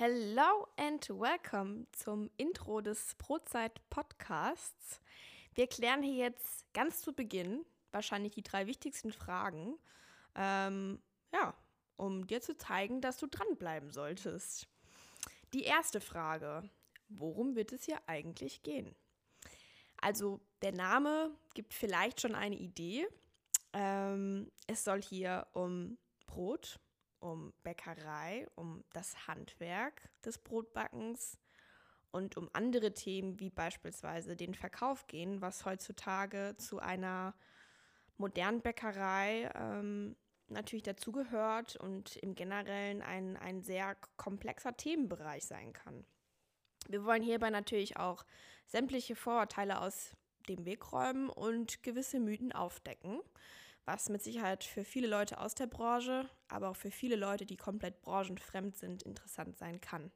Hello and welcome zum Intro des Brotzeit-Podcasts. Wir klären hier jetzt ganz zu Beginn wahrscheinlich die 3 wichtigsten Fragen, um dir zu zeigen, dass du dranbleiben solltest. Die erste Frage: Worum wird es hier eigentlich gehen? Also der Name gibt vielleicht schon eine Idee. Es soll hier um Brot, um Bäckerei, um das Handwerk des Brotbackens und um andere Themen wie beispielsweise den Verkauf gehen, was heutzutage zu einer modernen Bäckerei natürlich dazugehört und im Generellen ein sehr komplexer Themenbereich sein kann. Wir wollen hierbei natürlich auch sämtliche Vorurteile aus dem Weg räumen und gewisse Mythen aufdecken, was mit Sicherheit für viele Leute aus der Branche, aber auch für viele Leute, die komplett branchenfremd sind, interessant sein kann.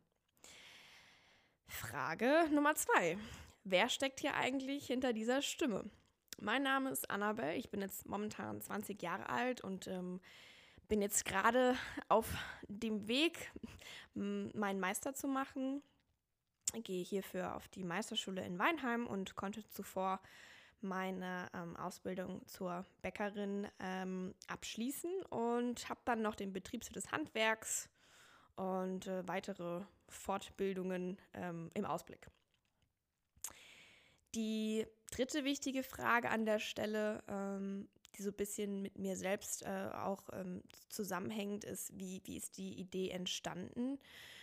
Frage Nummer 2. Wer steckt hier eigentlich hinter dieser Stimme? Mein Name ist Annabelle, ich bin jetzt momentan 20 Jahre alt und bin jetzt gerade auf dem Weg, meinen Meister zu machen. Ich gehe hierfür auf die Meisterschule in Weinheim und konnte zuvor meine Ausbildung zur Bäckerin abschließen und habe dann noch den Betriebswirt des Handwerks und weitere Fortbildungen im Ausblick. Die dritte wichtige Frage an der Stelle, die so ein bisschen mit mir selbst auch zusammenhängt, ist, wie ist die Idee entstanden?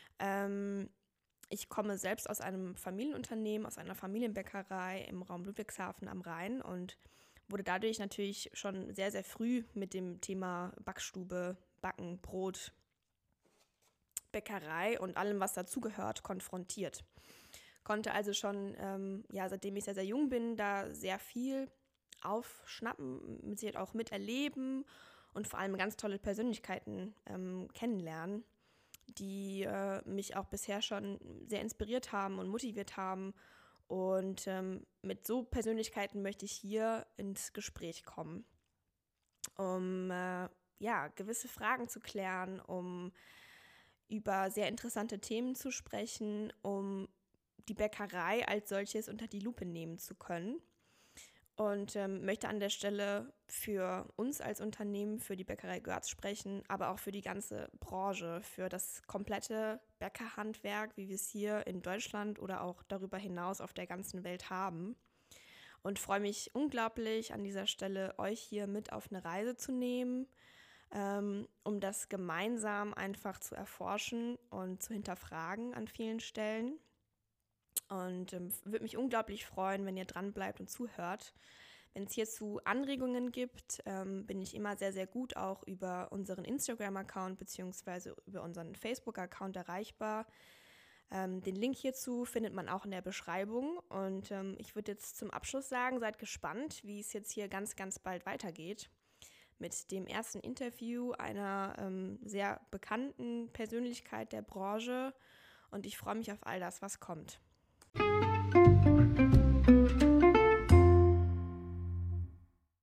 Ich komme selbst aus einem Familienunternehmen, aus einer Familienbäckerei im Raum Ludwigshafen am Rhein und wurde dadurch natürlich schon sehr, sehr früh mit dem Thema Backstube, Backen, Brot, Bäckerei und allem, was dazugehört, konfrontiert. Konnte also schon, seitdem ich sehr, sehr jung bin, da sehr viel aufschnappen, mit Sicherheit auch miterleben und vor allem ganz tolle Persönlichkeiten kennenlernen, die mich auch bisher schon sehr inspiriert haben und motiviert haben. Und mit so Persönlichkeiten möchte ich hier ins Gespräch kommen, um gewisse Fragen zu klären, um über sehr interessante Themen zu sprechen, um die Bäckerei als solches unter die Lupe nehmen zu können. Und möchte an der Stelle für uns als Unternehmen, für die Bäckerei Görz sprechen, aber auch für die ganze Branche, für das komplette Bäckerhandwerk, wie wir es hier in Deutschland oder auch darüber hinaus auf der ganzen Welt haben. Und freue mich unglaublich an dieser Stelle, euch hier mit auf eine Reise zu nehmen, um das gemeinsam einfach zu erforschen und zu hinterfragen an vielen Stellen. Und würde mich unglaublich freuen, wenn ihr dran bleibt und zuhört. Wenn es hierzu Anregungen gibt, bin ich immer sehr, sehr gut auch über unseren Instagram-Account bzw. über unseren Facebook-Account erreichbar. Den Link hierzu findet man auch in der Beschreibung. Und ich würde jetzt zum Abschluss sagen, seid gespannt, wie es jetzt hier ganz, ganz bald weitergeht. Mit dem ersten Interview einer sehr bekannten Persönlichkeit der Branche. Und ich freue mich auf all das, was kommt.